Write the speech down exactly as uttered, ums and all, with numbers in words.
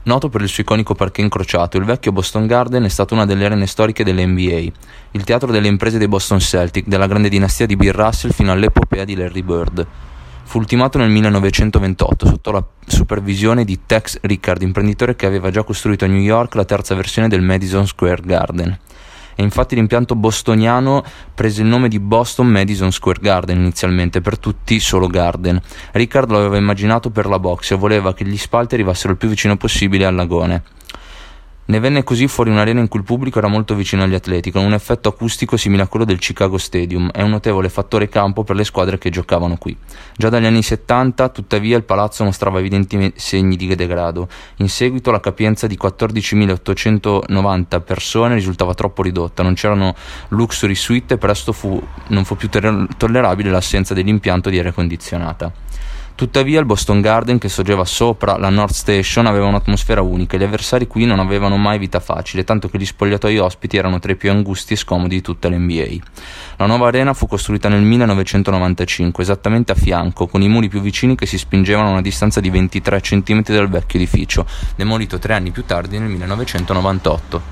Noto per il suo iconico parquet incrociato, il vecchio Boston Garden è stato una delle arene storiche dell'N B A, il teatro delle imprese dei Boston Celtics, della grande dinastia di Bill Russell fino all'epopea di Larry Bird. Fu ultimato nel millenovecentoventotto sotto la supervisione di Tex Rickard, imprenditore che aveva già costruito a New York la terza versione del Madison Square Garden. E infatti l'impianto bostoniano prese il nome di Boston Madison Square Garden inizialmente, per tutti solo Garden. Rickard lo aveva immaginato per la boxe e voleva che gli spalti arrivassero il più vicino possibile al lagone. Ne venne così fuori un'arena in cui il pubblico era molto vicino agli atleti, con un effetto acustico simile a quello del Chicago Stadium e un notevole fattore campo per le squadre che giocavano qui. Già dagli anni settanta, tuttavia, il palazzo mostrava evidenti segni di degrado. In seguito la capienza di quattordicimilaottocentonovanta persone risultava troppo ridotta, non c'erano luxury suite e presto fu, non fu più ter- tollerabile l'assenza dell'impianto di aria condizionata. Tuttavia il Boston Garden, che sorgeva sopra la North Station, aveva un'atmosfera unica e gli avversari qui non avevano mai vita facile, tanto che gli spogliatoi ospiti erano tra i più angusti e scomodi di tutta l'N B A. La nuova arena fu costruita nel millenovecentonovantacinque, esattamente a fianco, con i muri più vicini che si spingevano a una distanza di ventitré centimetri dal vecchio edificio, demolito tre anni più tardi nel millenovecentonovantotto.